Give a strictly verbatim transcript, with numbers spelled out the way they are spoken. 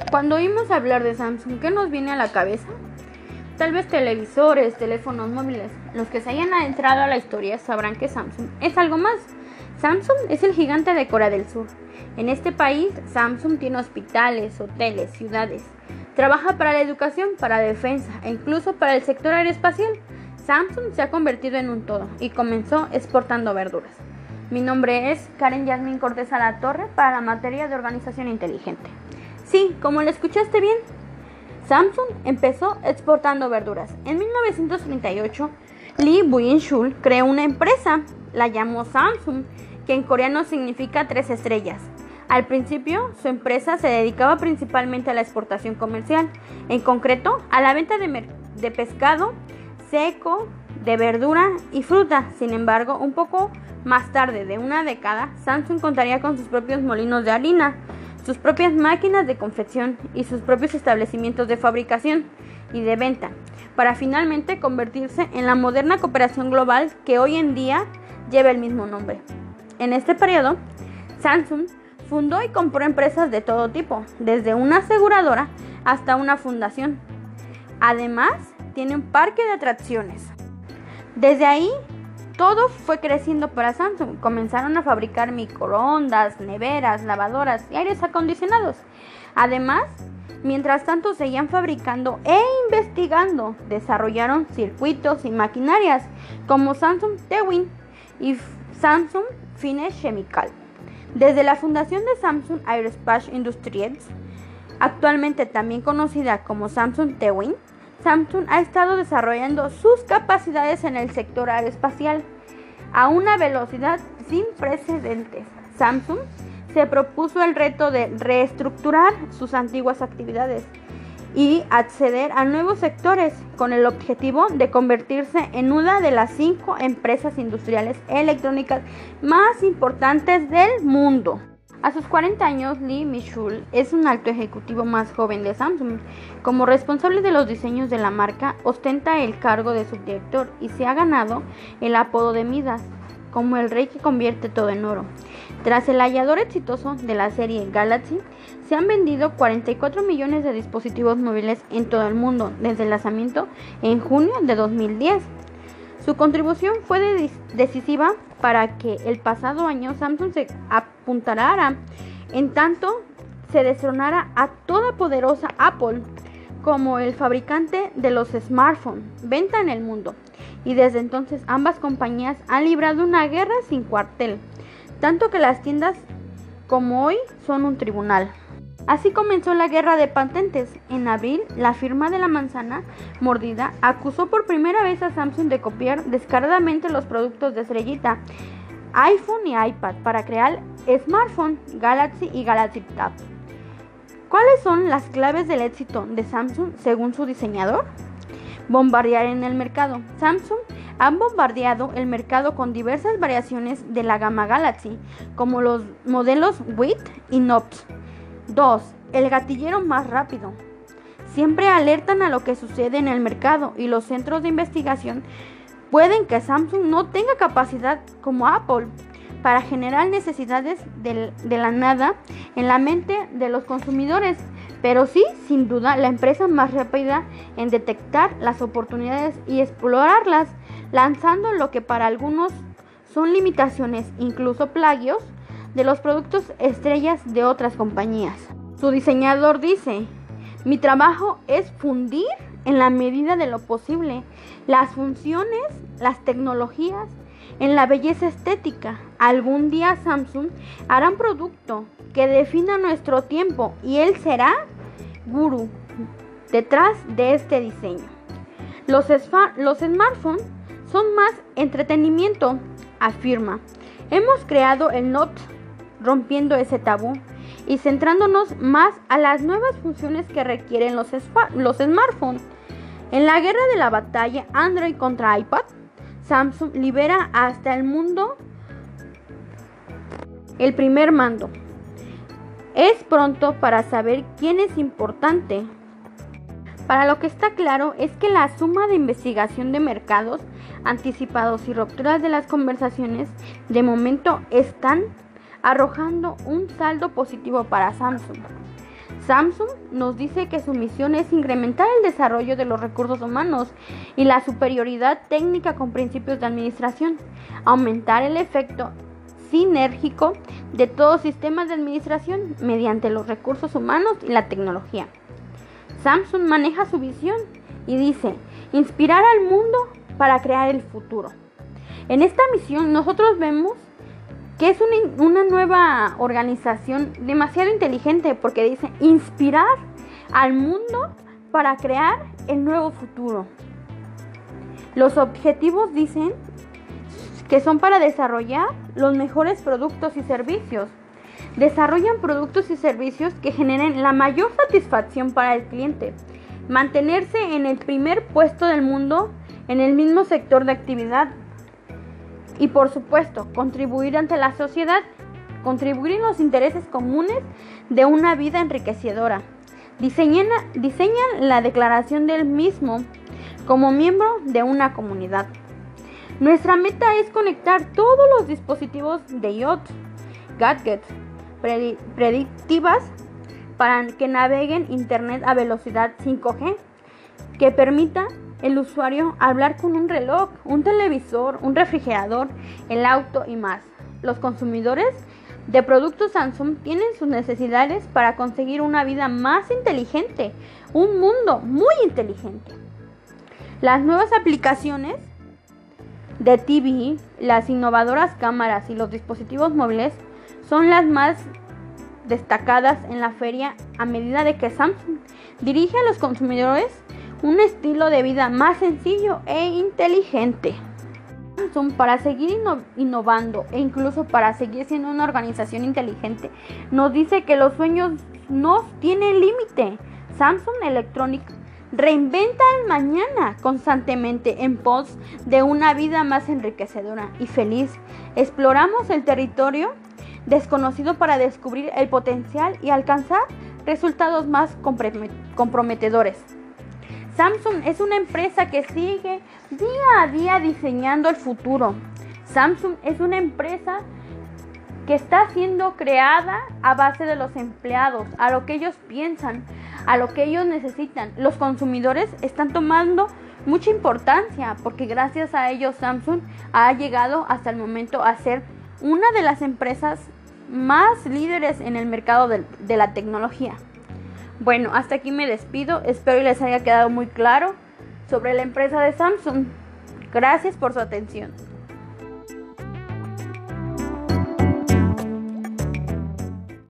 Cuando oímos hablar de Samsung, ¿qué nos viene a la cabeza? Tal vez televisores, teléfonos móviles. Los que se hayan adentrado a la historia sabrán que Samsung es algo más. Samsung es el gigante de Corea del Sur. En este país, Samsung tiene hospitales, hoteles, ciudades. Trabaja para la educación, para la defensa e incluso para el sector aeroespacial. Samsung se ha convertido en un todo y comenzó exportando verduras. Mi nombre es Karen Yasmin Cortés Alatorre para la materia de organización inteligente. Sí, como lo escuchaste bien, Samsung empezó exportando verduras. En mil novecientos treinta y ocho, Lee Byung-chul creó una empresa, la llamó Samsung, que en coreano significa tres estrellas. Al principio, su empresa se dedicaba principalmente a la exportación comercial, en concreto a la venta de, mer- de pescado seco, de verdura y fruta. Sin embargo, un poco más tarde de una década, Samsung contaría con sus propios molinos de harina, sus propias máquinas de confección y sus propios establecimientos de fabricación y de venta, para finalmente convertirse en la moderna cooperación global que hoy en día lleva el mismo nombre. En este periodo, Samsung fundó y compró empresas de todo tipo, desde una aseguradora hasta una fundación. Además, tiene un parque de atracciones. Desde ahí, todo fue creciendo para Samsung. Comenzaron a fabricar microondas, neveras, lavadoras y aires acondicionados. Además, mientras tanto seguían fabricando e investigando, desarrollaron circuitos y maquinarias como Samsung Tewin y Samsung Fine Chemical. Desde la fundación de Samsung Aerospace Industries, actualmente también conocida como Samsung Tewin, Samsung ha estado desarrollando sus capacidades en el sector aeroespacial a una velocidad sin precedentes. Samsung se propuso el reto de reestructurar sus antiguas actividades y acceder a nuevos sectores con el objetivo de convertirse en una de las cinco empresas industriales electrónicas más importantes del mundo. A sus cuarenta años, Lee Byung-chul es un alto ejecutivo más joven de Samsung. Como responsable de los diseños de la marca, ostenta el cargo de subdirector y se ha ganado el apodo de Midas, como el rey que convierte todo en oro. Tras el hallador exitoso de la serie Galaxy, se han vendido cuarenta y cuatro millones de dispositivos móviles en todo el mundo desde el lanzamiento en junio de dos mil diez. Su contribución fue de- decisiva para que el pasado año Samsung se apuntara, en tanto se destronara a toda poderosa Apple como el fabricante de los smartphones venta en el mundo. Y desde entonces ambas compañías han librado una guerra sin cuartel, tanto que las tiendas como hoy son un tribunal. Así comenzó la guerra de patentes. En abril, la firma de la manzana mordida acusó por primera vez a Samsung de copiar descaradamente los productos de estrellita, iPhone y iPad, para crear smartphone, Galaxy y Galaxy Tab. ¿Cuáles son las claves del éxito de Samsung según su diseñador? Bombardear en el mercado. Samsung ha bombardeado el mercado con diversas variaciones de la gama Galaxy, como los modelos Width y Note. dos. El gatillero más rápido. Siempre alertan a lo que sucede en el mercado y los centros de investigación pueden que Samsung no tenga capacidad como Apple para generar necesidades de, de la nada en la mente de los consumidores, pero sí, sin duda, la empresa más rápida en detectar las oportunidades y explorarlas, lanzando lo que para algunos son limitaciones, incluso plagios, de los productos estrellas de otras compañías. Su diseñador dice: mi trabajo es fundir en la medida de lo posible las funciones, las tecnologías, en la belleza estética. Algún día Samsung hará un producto que defina nuestro tiempo y él será gurú detrás de este diseño. Los, esfa- los smartphones son más entretenimiento, afirma. Hemos creado el Note rompiendo ese tabú y centrándonos más a las nuevas funciones que requieren los, spa- los smartphones. En la guerra de la batalla Android contra iPad, Samsung libera hasta el mundo el primer mando. Es pronto para saber quién es importante. Para lo que está claro es que la suma de investigación de mercados anticipados y rupturas de las conversaciones de momento están arrojando un saldo positivo para Samsung. Samsung nos dice que su misión es incrementar el desarrollo de los recursos humanos y la superioridad técnica con principios de administración, aumentar el efecto sinérgico de todo sistema de administración mediante los recursos humanos y la tecnología. Samsung maneja su visión y dice, inspirar al mundo para crear el futuro. En esta misión nosotros vemos que es una, una nueva organización demasiado inteligente porque dice inspirar al mundo para crear el nuevo futuro. Los objetivos dicen que son para desarrollar los mejores productos y servicios. Desarrollan productos y servicios que generen la mayor satisfacción para el cliente, mantenerse en el primer puesto del mundo en el mismo sector de actividad y, por supuesto, contribuir ante la sociedad, contribuir en los intereses comunes de una vida enriquecedora. Diseñan, diseñan la declaración del mismo como miembro de una comunidad. Nuestra meta es conectar todos los dispositivos de IoT, gadgets, predictivas para que naveguen Internet a velocidad cinco G, que permita el usuario hablar con un reloj, un televisor, un refrigerador, el auto y más. Los consumidores de productos Samsung tienen sus necesidades para conseguir una vida más inteligente, un mundo muy inteligente. Las nuevas aplicaciones de T V, las innovadoras cámaras y los dispositivos móviles son las más destacadas en la feria a medida de que Samsung dirige a los consumidores un estilo de vida más sencillo e inteligente. Samsung, para seguir inno- innovando e incluso para seguir siendo una organización inteligente, nos dice que los sueños no tienen límite. Samsung Electronics reinventa el mañana constantemente en pos de una vida más enriquecedora y feliz. Exploramos el territorio desconocido para descubrir el potencial y alcanzar resultados más comprometedores. Samsung es una empresa que sigue día a día diseñando el futuro. Samsung es una empresa que está siendo creada a base de los empleados, a lo que ellos piensan, a lo que ellos necesitan. Los consumidores están tomando mucha importancia porque gracias a ellos Samsung ha llegado hasta el momento a ser una de las empresas más líderes en el mercado de, de la tecnología. Bueno, hasta aquí me despido. Espero que les haya quedado muy claro sobre la empresa de Samsung. Gracias por su atención.